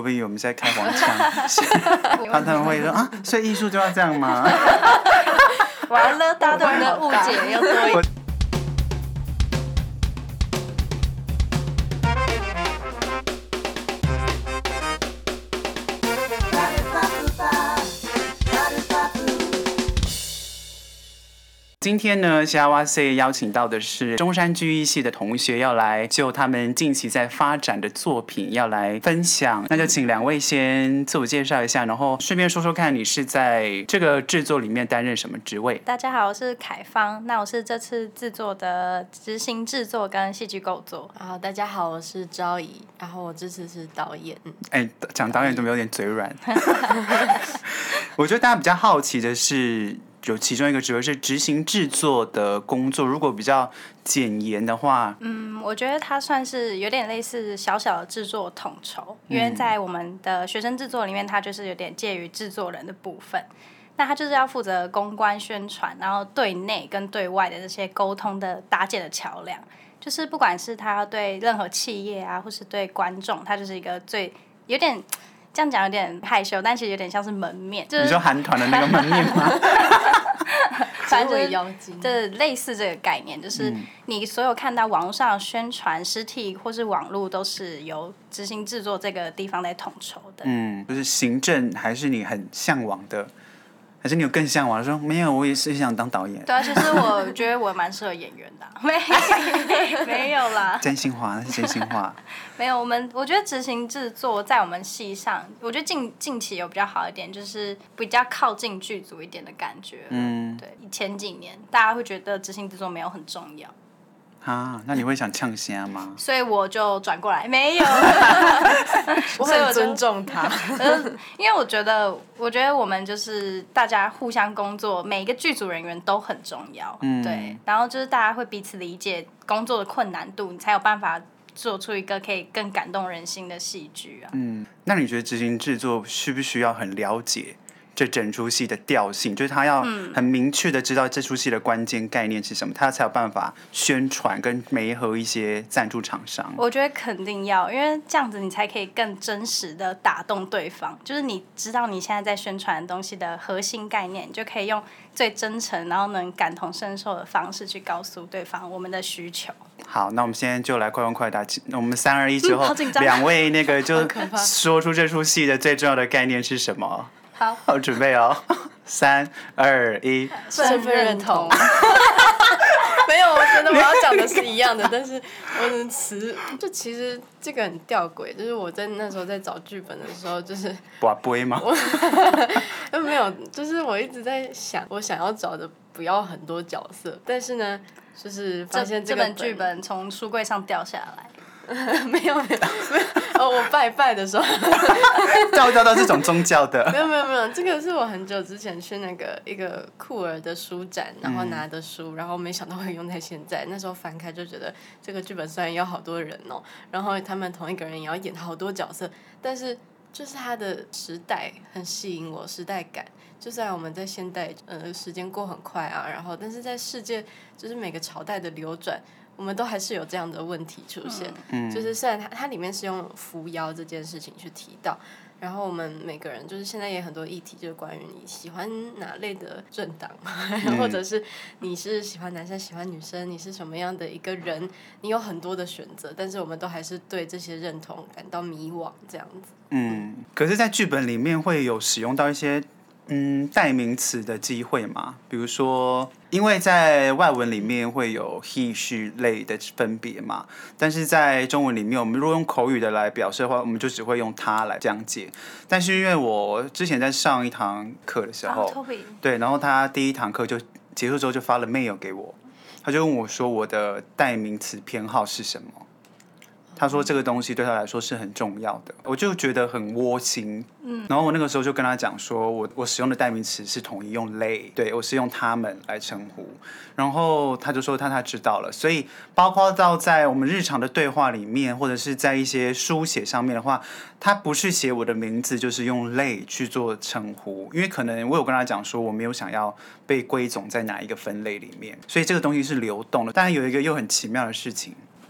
会以为我们在开黄腔？他们会说啊，所以艺术就要这样吗？ 完了，大家对我们的误解又多一点。 今天呢，夏哇塞邀请到的是中山剧艺系的同学，要来就他们近期在发展的作品要来分享。那就请两位先自我介绍一下，然后顺便说说看你是在这个制作里面担任什么职位。 大家好，我是凯芳，那我是这次制作的执行制作跟戏剧构作。 大家好，我是昭仪，然后我这次是导演。 讲导演怎么有点嘴软？我觉得大家比较好奇的是，有其中一个职位是执行制作的工作，如果比较简言的话， 我觉得它算是有点类似小小的制作统筹，因为在我们的学生制作里面，它就是有点介于制作人的部分。那他就是要负责公关宣传，然后对内跟对外的这些沟通的搭建的桥梁，就是不管是他要对任何企业啊，或是对观众，他就是一个最有点。这样讲有点害羞，但其实有点像是门面。就是、 你说韩团的那个门面吗？ 反正就是类似这个概念，就是你所有看到网络上的宣传、实体或是网络，都是由执行制作这个地方在统筹的。 就是行政还是你很向往的？还是你有更向往说没有，我也是想当导演。 对啊，其实我觉得我蛮适合演员的、没有啦。 真心话，那是真心话。 没有，我觉得执行制作在我们系上，我觉得近期有比较好一点，就是比较靠近剧组一点的感觉。对，前几年大家会觉得执行制作没有很重要。 那你会想呛虾吗？ 所以我就转过来，没有。 我很尊重他， 因为我觉得我们就是大家互相工作，每一个剧组人员都很重要。对，然后就是大家会彼此理解工作的困难度，你才有办法做出一个可以更感动人心的戏剧啊。 那你觉得执行制作需不需要很了解这整出戏的调性，就是他要很明确的知道这出戏的关键概念是什么，他才有办法宣传跟媒合一些赞助厂商？ 我觉得肯定要，因为这样子你才可以更真实的打动对方，就是你知道你现在在宣传的东西的核心概念，你就可以用最真诚然后能感同身受的方式去告诉对方我们的需求。 好，那我们现在就来快问快答，我们3、2、1之后， 两位那个就说出这出戏的最重要的概念是什么？好，准备哦，3、2、1， 身份认同。没有，我觉得我要讲的是一样的，但是我的词就其实这个很吊诡，就是我在那时候在找剧本的时候，就是拔杯吗？ 没有，就是我一直在想，我想要找的不要很多角色，但是呢，就是发现这本剧本从书柜上掉下来。 没有，我拜的时候掉到这种宗教的。 没有，这个是我很久之前去一个酷儿的书展，然后拿的书，然后没想到会用在现在。那时候翻开就觉得这个剧本虽然有好多人哦，然后他们同一个人也要演好多角色，但是就是他的时代很吸引我，时代感。就虽然我们在现代，时间过很快啊，然后但是在世界就是每个朝代的流转，我们都还是有这样的问题出现。就是虽然它里面是用扶摇这件事情去提到，然后我们每个人就是现在也很多议题，就是关于你喜欢哪类的政党，或者是你是喜欢男生喜欢女生，你是什么样的一个人，你有很多的选择，但是我们都还是对这些认同感到迷惘这样子。 可是在剧本里面会有使用到一些代名词的机会嘛？比如说，因为在外文里面会有 he she 类的分别嘛，但是在中文里面，我们如果用口语的来表示的话，我们就只会用他来讲解。但是因为我之前在上一堂课的时候，对，然后他第一堂课就结束之后就发了 mail 给我，他就问我说我的代名词偏好是什么。他说这个东西对他来说是很重要的，我就觉得很窝心。然后我那个时候就跟他讲说，我使用的代名词是统一用 they， 对，我是用他们来称呼。然后他就说他知道了，所以包括到在我们日常的对话里面，或者是在一些书写上面的话，他不是写我的名字，就是用 they 去做称呼，因为可能我有跟他讲说我没有想要被归总在哪一个分类里面，所以这个东西是流动的。但有一个又很奇妙的事情。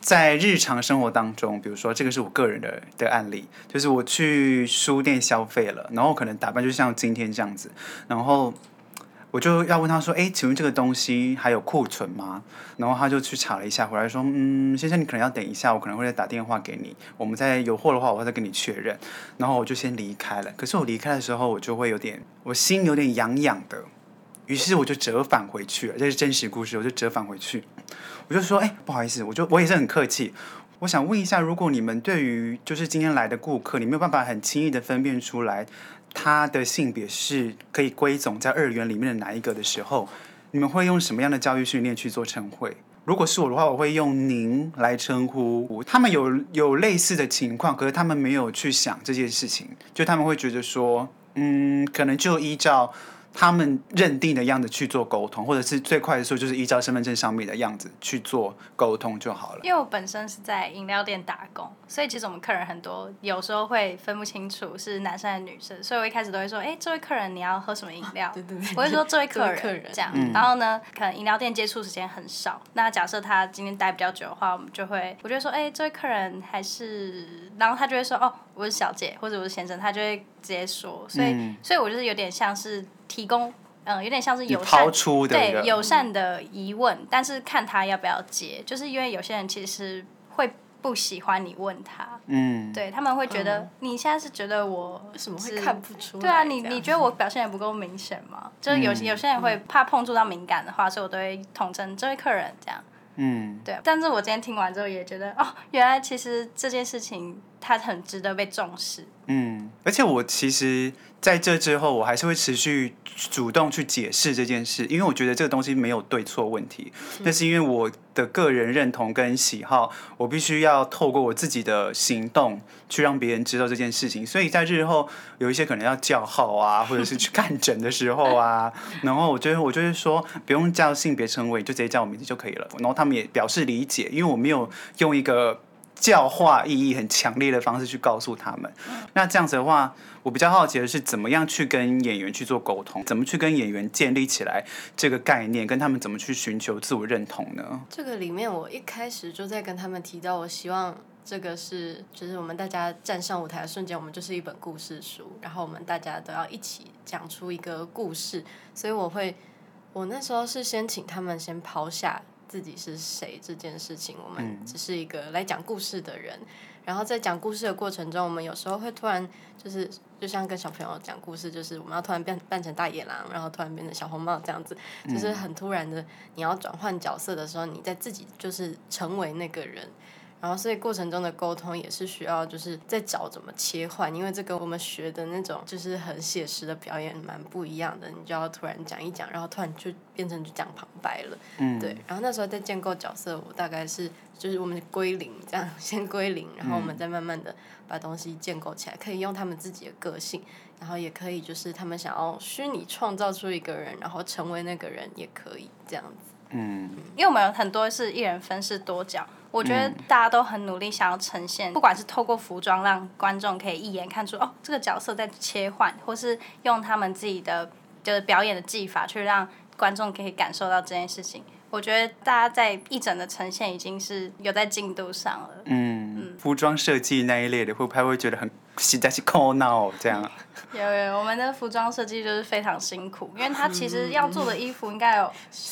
在日常生活当中，比如说这个是我个人的案例，就是我去书店消费了，然后可能打扮就像今天这样子，然后我就要问他说：“哎，请问这个东西还有库存吗？”然后他就去查了一下，回来说：“先生，你可能要等一下，我可能会再打电话给你，我们再有货的话，我会再跟你确认。”然后我就先离开了。可是我离开的时候，我就会我心有点痒痒的，于是我就折返回去了。这是真实故事，我就折返回去。我就说，不好意思，我也是很客气，我想问一下，如果你们对于就是今天来的顾客，你没有办法很轻易的分辨出来他的性别是可以归总在2元里面的哪一个的时候，你们会用什么样的教育训练去做称谓？如果是我的话，我会用您来称呼。他们有类似的情况，可是他们没有去想这件事情，就他们会觉得说，可能就依照他们认定的样子去做沟通，或者是最快的时候就是依照身份证上面的样子去做沟通就好了。 因为我本身是在饮料店打工，所以其实我们客人很多，有时候会分不清楚是男生还是女生，所以我一开始都会说：“这位客人你要喝什么饮料？” 对， 我会说这位客人这样。然后呢，可能饮料店接触时间很少，那假设他今天待比较久的话，我就会说：“这位客人还是……”然后他就会说：“哦，我是小姐，或者我是先生。”他就会直接说，所以我就是有点像是提供。有点像是友善，对友善的疑问，但是看他要不要接，就是因为有些人其实会不喜欢你问他，对他们会觉得你现在是觉得我为什么会看不出来？ 对啊，你觉得我表现得不够明显吗？就是有些人会怕碰触到敏感的话，所以我都会统称这位客人这样。对。但是我今天听完之后也觉得，原来其实这件事情它很值得被重视。 而且我其实在这之后，我还是会持续主动去解释这件事，因为我觉得这个东西没有对错问题，那是因为我的个人认同跟喜好，我必须要透过我自己的行动去让别人知道这件事情，所以在日后有一些可能要叫号啊，或者是去看诊的时候啊，然后我就会说不用叫性别称谓，就直接叫我名字就可以了，然后他们也表示理解，因为我没有用一个教化意义很强烈的方式去告诉他们。那这样子的话，我比较好奇的是怎么样去跟演员去做沟通，怎么去跟演员建立起来这个概念，跟他们怎么去寻求自我认同呢？ 这个里面我一开始就在跟他们提到，我希望这个就是我们大家站上舞台的瞬间，我们就是一本故事书，然后我们大家都要一起讲出一个故事，所以我那时候是先请他们先抛下自己是谁这件事情，我们只是一个来讲故事的人，然后在讲故事的过程中，我们有时候会突然就像跟小朋友讲故事，就是我们要突然扮成大野狼，然后突然变成小红帽这样子，就是很突然的，你要转换角色的时候，你在自己就是成为那个人。然后所以过程中的沟通也是需要就是在找怎么切换，因为这跟我们学的那种就是很写实的表演蛮不一样的，你就要突然讲一讲，然后突然就变成就讲旁白了，对。然后那时候在建构角色，我大概是就是我们归零这样，先归零，然后我们再慢慢的把东西建构起来，可以用他们自己的个性，然后也可以就是他们想要虚拟创造出一个人，然后成为那个人也可以这样子。 因为我们有很多是一人分饰多角，我觉得大家都很努力想要呈现，不管是透过服装让观众可以一眼看出这个角色在切换，或是用他们自己的就是表演的技法去让观众可以感受到这件事情。我觉得大家在一整的呈现已经是有在进度上了。 服装设计那一类的，会不会觉得很实在是苦恼这样？ 有，我们的服装设计就是非常辛苦，因为他其实要做的衣服应该有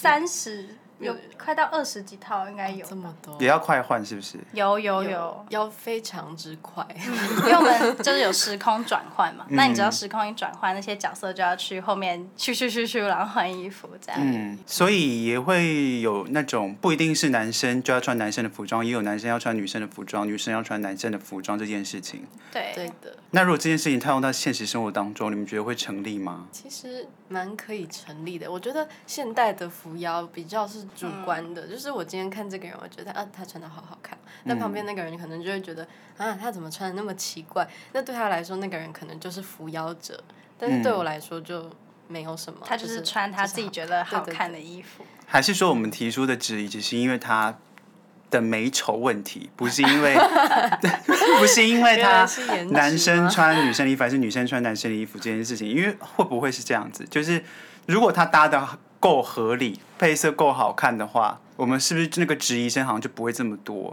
30，有快到20几套，应该有。 这么多。 也要快换是不是？ 有， 要非常之快。 因为我们就是有时空转换嘛，那你只要时空一转换，那些角色就要去后面去，然后换衣服这样。 所以也会有那种不一定是男生就要穿男生的服装，也有男生要穿女生的服装，女生要穿男生的服装这件事情。 对的。 那如果这件事情套用到现实生活当中，你们觉得会成立吗？ 其实蛮可以成立的。我觉得现代的服腰比较是主观的，就是我今天看这个人，我觉得他穿得好好看，但旁边那个人可能就会觉得他怎么穿得那么奇怪？那对他来说，那个人可能就是服腰者，但是对我来说就没有什么。 他就是穿他自己觉得好看的衣服。 还是说我们提出的质疑只是因为他的美丑问题，不是因为他男生穿女生的衣服还是女生穿男生的衣服这件事情，因为会不会是这样子？就是如果他搭的够合理，配色够好看的话，我们是不是那个质疑声好像就不会这么多？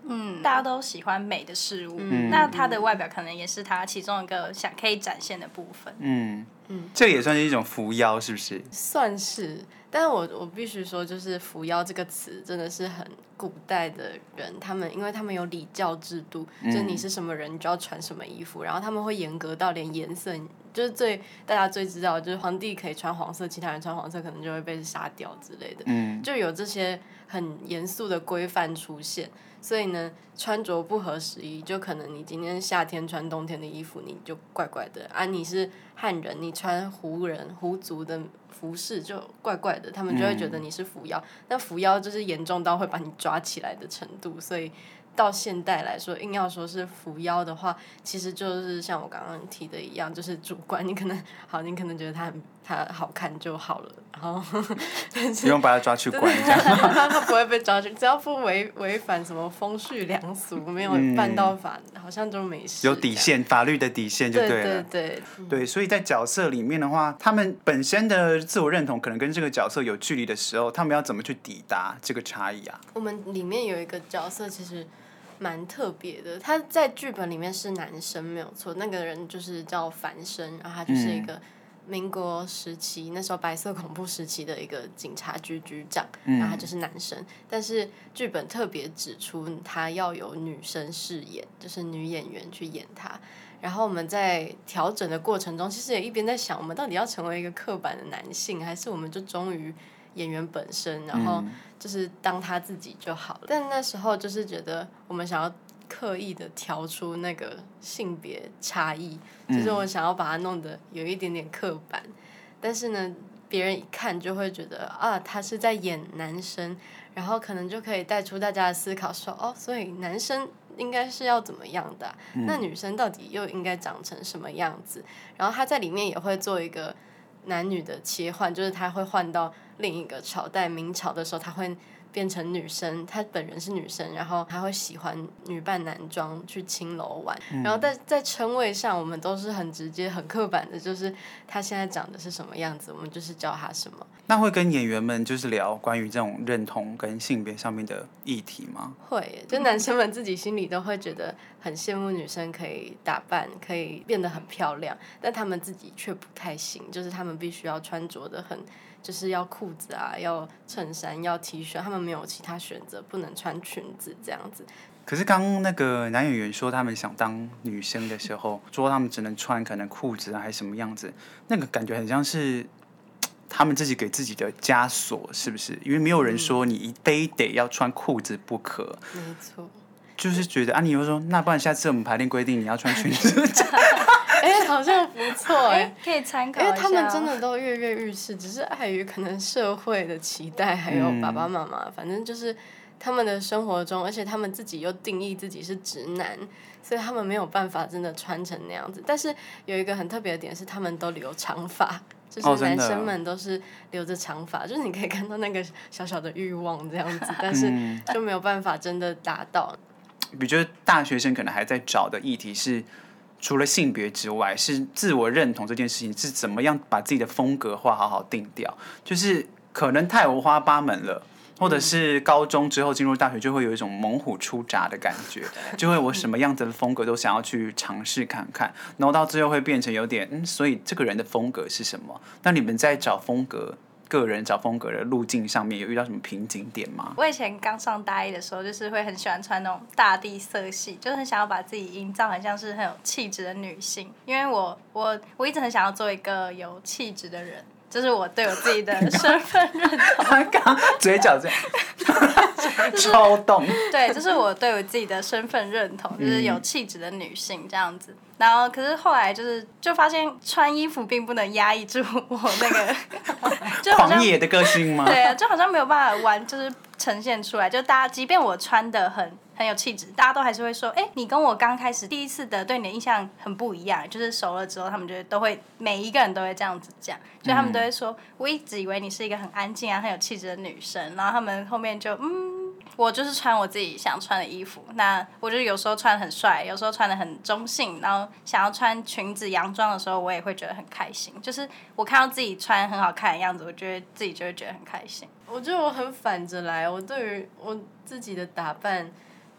大家都喜欢美的事物，那他的外表可能也是他其中一个可以展现的部分。 这也算是一种扶摇，是不是？ 算是，但是我必须说，就是扶摇这个词真的是很古代的人，因为他们有礼教制度，就是你是什么人，你就要穿什么衣服，然后他们会严格到连颜色，就是大家最知道的就是皇帝可以穿黄色，其他人穿黄色可能就会被杀掉之类的，就有这些很严肃的规范出现。所以呢，穿着不合时宜，就可能你今天夏天穿冬天的衣服，你就怪怪的啊。你是汉人，你穿胡族的服饰就怪怪的，他们就会觉得你是扶摇。那扶摇就是严重到会把你抓起来的程度，所以到现代来说，硬要说是扶摇的话，其实就是像我刚刚提的一样，就是主观。你可能觉得他好看就好了，然后不用把他抓去关，这样他不会被抓去，只要不违反什么风序良俗，没有犯到法，好像就没事。 有底线，法律的底线就对了。 对， 所以在角色里面的话，他们本身的自我认同可能跟这个角色有距离的时候，他们要怎么去抵达这个差异啊？ 我们里面有一个角色其实蛮特别的，他在剧本里面是男生没有错，那个人就是叫樊生，然后他就是一个民国时期那时候白色恐怖时期的一个警察局局长，然后他就是男生，但是剧本特别指出他要有女生饰演，就是女演员去演他。然后我们在调整的过程中，其实也一边在想，我们到底要成为一个刻板的男性，还是我们就忠于演员本身，然后就是当他自己就好了。但那时候就是觉得我们想要刻意的调出那个性别差异，就是我想要把它弄得有一点点刻板，但是呢，别人一看就会觉得啊，他是在演男生，然后可能就可以带出大家的思考说，哦，所以男生应该是要怎么样的那女生到底又应该长成什么样子？然后他在里面也会做一个男女的切换，就是他会换到另一个朝代，明朝的时候他会变成女生，她本人是女生，然后她会喜欢女扮男装去青楼玩，然后在称谓上我们都是很直接很刻板的，就是她现在长得是什么样子，我们就是叫她什么。 那会跟演员们就是聊关于这种认同跟性别上面的议题吗？ 会耶，就男生们自己心里都会觉得很羡慕女生可以打扮，可以变得很漂亮，但他们自己却不太行，就是他们必须要穿着的很，就是要裤子啊，要衬衫，要 T 恤，他们没有其他选择，不能穿裙子这样子。 可是刚那个男演员说他们想当女生的时候，说他们只能穿可能裤子啊还是什么样子，那个感觉很像是他们自己给自己的枷锁，是不是？因为没有人说你非得要穿裤子不可。 没错。 就是觉得啊，你又说那不然下次我们排练规定你要穿裙子。 好像不错可以参考一下。 因为他们真的都跃跃欲试，只是碍于可能社会的期待，还有爸爸妈妈，反正就是他们的生活中，而且他们自己又定义自己是直男，所以他们没有办法真的穿成那样子。但是有一个很特别的点是，他们都留长发。就是男生们都是留着长发，就是你可以看到那个小小的欲望这样子，但是就没有办法真的达到。 我觉得大学生可能还在找的议题是，除了性别之外，是自我认同这件事情是怎么样把自己的风格化好好定掉，就是可能太五花八门了。或者是高中之后进入大学，就会有一种猛虎出闸的感觉，就会我什么样子的风格都想要去尝试看看，然后到最后会变成有点所以这个人的风格是什么？那你们在找风格、个人找风格的路径上面有遇到什么瓶颈点吗？ 我以前刚上大一的时候，就是会很喜欢穿那种大地色系，就是很想要把自己营造很像是很有气质的女性，因为我一直很想要做一个有气质的人。就是我对我自己的身份认同， 他刚嘴角这样，超动。 对，就是我对我自己的身份认同，就是有气质的女性这样子。然后，可是后来就发现穿衣服并不能压抑住我那个就好像狂野的个性吗？ 对啊，就好像没有办法就是呈现出来。就大家，即便我穿的很有气质，大家都还是会说，你跟我刚开始第一次的对你的印象很不一样。就是熟了之后，他们就都会每一个人都会这样子讲，就他们都会说，我一直以为你是一个很安静啊、很有气质的女生，然后他们后面就我就是穿我自己想穿的衣服。那我就有时候穿得很帅，有时候穿得很中性，然后想要穿裙子、洋装的时候，我也会觉得很开心。就是我看到自己穿很好看的样子，我觉得自己就会觉得很开心。 我觉得我很反着来，我对于我自己的打扮，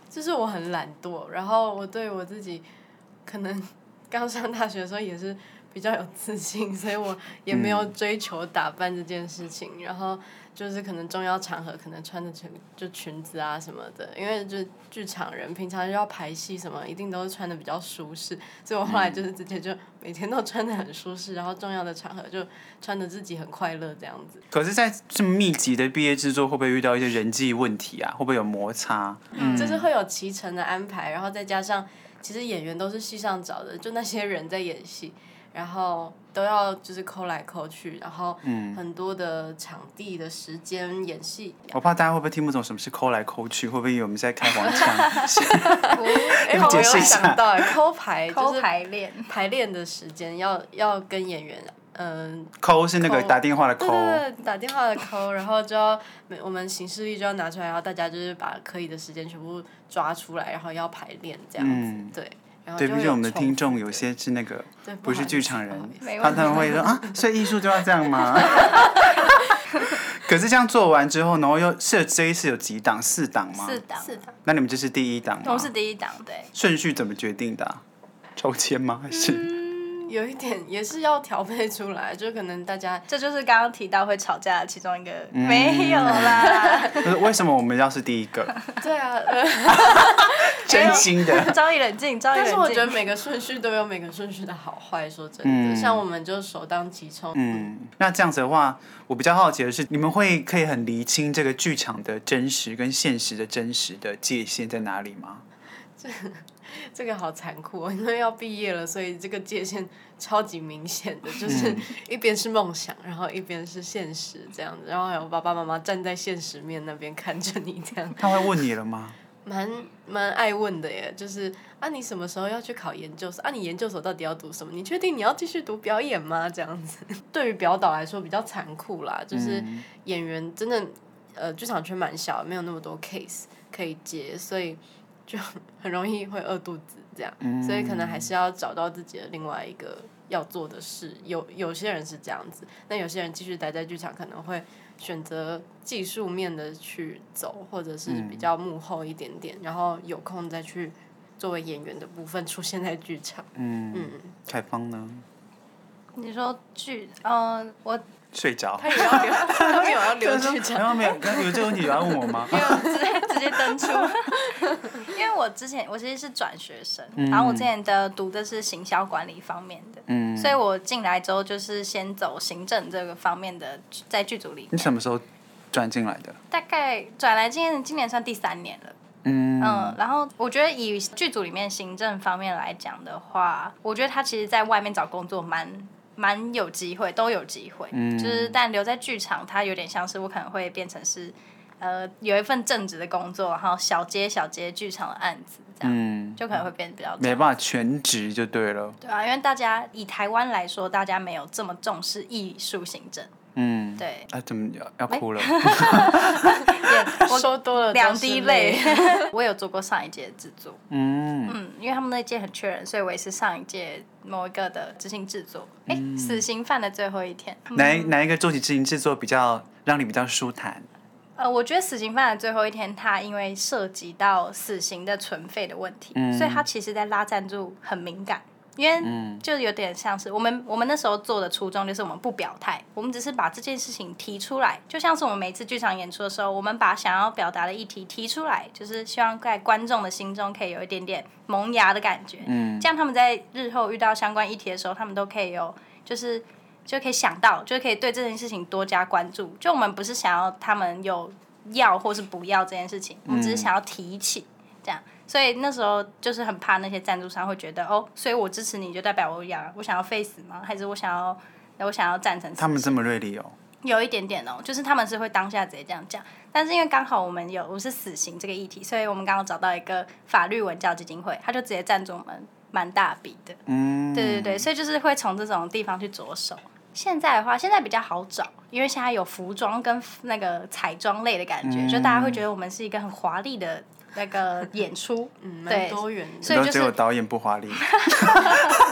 就是我很懒惰，然后我对我自己可能刚上大学的时候也是比较有自信，所以我也没有追求打扮这件事情，然后就是可能重要场合可能穿的就裙子啊什么的，因为就是剧场人平常要排戏什么，一定都是穿的比较舒适，所以我后来就是直接就每天都穿的很舒适，然后重要的场合就穿的自己很快乐这样子。 可是，在这么密集的毕业制作，会不会遇到一些人际问题啊？会不会有摩擦？ 就是会有期程的安排，然后再加上其实演员都是戏上找的，就那些人在演戏。然后都要就是抠来抠去，然后很多的场地的时间演戏。 我怕大家会不会听不懂什么是抠来抠去，会不会以为我们在开黄腔？ 我有想到抠排就是排练的时间要跟演员抠是那个打电话的抠， 对，打电话的抠，然后就要我们行事历就要拿出来，然后大家就是把可以的时间全部抓出来，然后要排练这样子，对。 对，毕竟我们的听众有些是那个不是剧场人，他们会说啊，所以艺术就要这样吗？可是这样做完之后，然后又这一次有几档？4档吗 ？4档。 那你们这是第1档吗？ 我是第1档，对。 顺序怎么决定的？抽签吗？还是？ 有一点也是要调配出来，就可能大家这就是刚刚提到会吵架的其中一个，没有啦。 为什么我们要是第1个？ 对啊， 真心的。 稍微冷静， 但是我觉得每个顺序都有每个顺序的好坏，说真的，像我们就首当其冲。 那这样子的话，我比较好奇的是，你们可以很厘清这个剧场的真实跟现实的真实的界限在哪里吗？ 这个好残酷哦，因为要毕业了，所以这个界限超级明显的，就是一边是梦想，然后一边是现实这样子，然后还有爸爸妈妈站在现实面那边看着你这样。 他会问你了吗？ 蛮爱问的耶，就是啊，你什么时候要去考研究所？啊，你研究所到底要读什么？你确定你要继续读表演吗？这样子，对于表导来说比较残酷啦，就是演员真的剧场圈蛮小，没有那么多 case 可以接，所以就很容易会饿肚子这样，所以可能还是要找到自己的另外一个要做的事。有些人是这样子，那有些人继续待在剧场，可能会选择技术面的去走，或者是比较幕后一点点，然后有空再去作为演员的部分出现在剧场。 凯芳呢？ 你说我睡着。 他没有要留剧场。 没有这个问题有要问我吗？ 没有，直接登出。因为我其实是转学生，然后我之前读的是行销管理方面的，所以我进来之后就是先走行政这个方面的，在剧组里面。 你什么时候转进来的？ 大概转来今年算第3年了。然后我觉得以剧组里面行政方面来讲的话，我觉得他其实在外面找工作蛮有机会，都有机会。就是但留在剧场，它有点像是我可能会变成是有一份正职的工作，然后小接剧场的案子，这样就可能会变得比较没办法全职就对了。 对啊，因为大家以台湾来说，大家没有这么重视艺术行政。对。 怎么要哭了？ 说多了 2滴泪。我有做过上一届的制作。因为他们那届很缺人，所以我也是上一届某一个的执行制作。死刑犯的最后一天。 哪一个做起执行制作让你比较舒坦？ 我觉得死刑犯的最后一天，它因为涉及到死刑的存废的问题，所以它其实在拉赞助很敏感。因为就有点像是我们那时候做的初衷就是我们不表态，我们只是把这件事情提出来，就像是我们每次剧场演出的时候，我们把想要表达的议题提出来，就是希望在观众的心中可以有一点点萌芽的感觉。这样他们在日后遇到相关议题的时候，他们都可以有就可以想到，就可以对这件事情多加关注。就我们不是想要他们有要或是不要这件事情，我们只是想要提起这样。所以那时候就是很怕那些赞助商会觉得所以我支持你就代表我想要废死吗？还是我想要赞成？ 他们这么锐利哦？ 有一点点就是他们是会当下直接这样讲，但是因为刚好我是死刑这个议题，所以我们刚好找到一个法律文教基金会，他就直接赞助我们蛮大笔的。对，所以就是会从这种地方去着手。现在比较好找，因为现在有服装跟那个彩妆类的感觉，就大家会觉得我们是一个很华丽的那个演出， 蛮多元的， 所以就是只有导演不华丽。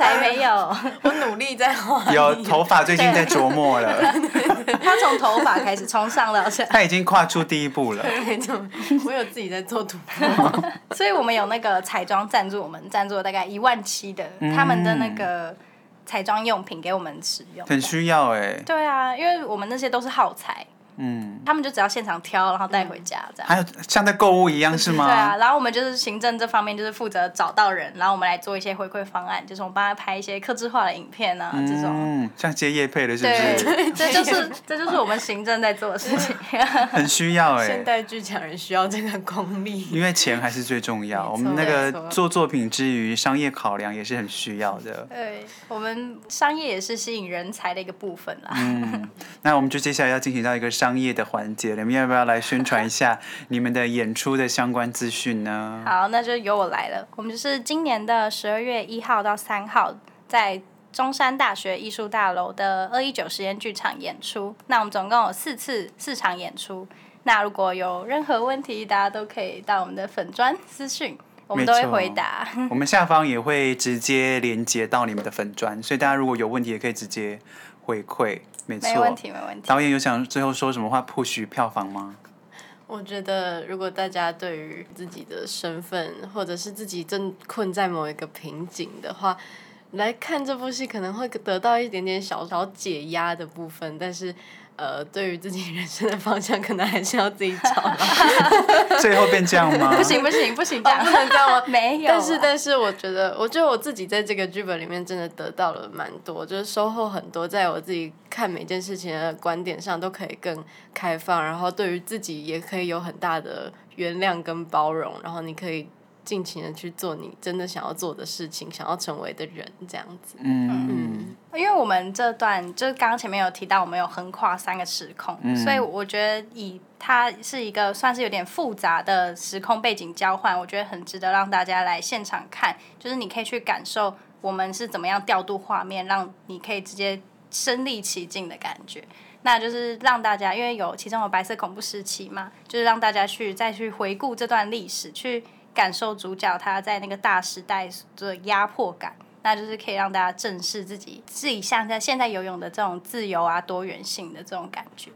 才没有， 我努力在画。 有头发最近在琢磨了， 他从头发开始，从上到下， 他已经跨出第一步了。 没错，我有自己在做突破。 所以我们有那个彩妆赞助，我们赞助了大概17000的他们的那个彩妆用品给我们使用， 很需要哎。 对啊，因为我们那些都是耗材。他们就只要现场挑，然后带回家这样。 还有像在购物一样是吗？ 对啊，然后我们就是行政这方面就是负责找到人，然后我们来做一些回馈方案，就是我们帮他拍一些客制化的影片啊，这种。 像接业配的是不是？ 对，这就是我们行政在做的事情。 很需要哎。 现代剧场人需要这个功力， 因为钱还是最重要。我们那个做作品之余，商业考量也是很需要的。 对，我们商业也是吸引人才的一个部分啦。 那我们就接下来要进行到一个商业的环节，你们要不要来宣传一下你们的演出的相关资讯呢？ 好，那就由我来了。我们就是今年的12月1号到3号，在中山大学艺术大楼的219实验剧场演出。那我们总共有4场演出。那如果有任何问题，大家都可以到我们的粉专私讯，我们都会回答。 我们下方也会直接连接到你们的粉专，所以大家如果有问题也可以直接回馈。没错， 没问题，没问题。 导演有想最后说什么话push票房吗？ 我觉得，如果大家对于自己的身份，或者是自己正困在某一个瓶颈的话，来看这部戏可能会得到一点点小小解压的部分，但是对于自己人生的方向，可能还是要自己找。 最后变这样吗？ 不行，这样、 不能这样吗？ 没有。 但是我觉得我自己在这个剧本里面真的得到了蛮多，就是收获很多，在我自己看每件事情的观点上都可以更开放，然后对于自己也可以有很大的原谅跟包容，然后你可以尽情的去做你真的想要做的事情，想要成为的人，这样子。 因为我们这段就是刚刚前面有提到，我们有横跨3个时空，所以我觉得以它是一个算是有点复杂的时空背景交换，我觉得很值得让大家来现场看，就是你可以去感受我们是怎么样调度画面，让你可以直接身临其境的感觉。那就是让大家，因为其中有白色恐怖时期嘛，就是让大家再去回顾这段历史，去感受主角他在那个大时代的压迫感。那就是可以让大家正视自己像在现在游泳的这种自由啊、多元性的这种感觉。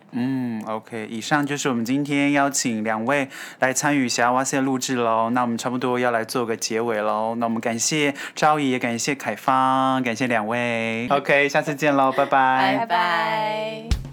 OK， 以上就是我们今天邀请2位来参与《霞哇塞》录制喽。那我们差不多要来做个结尾喽。那我们感谢昭仪，也感谢凯芳，感谢2位。OK， 下次见喽，拜拜。 拜拜。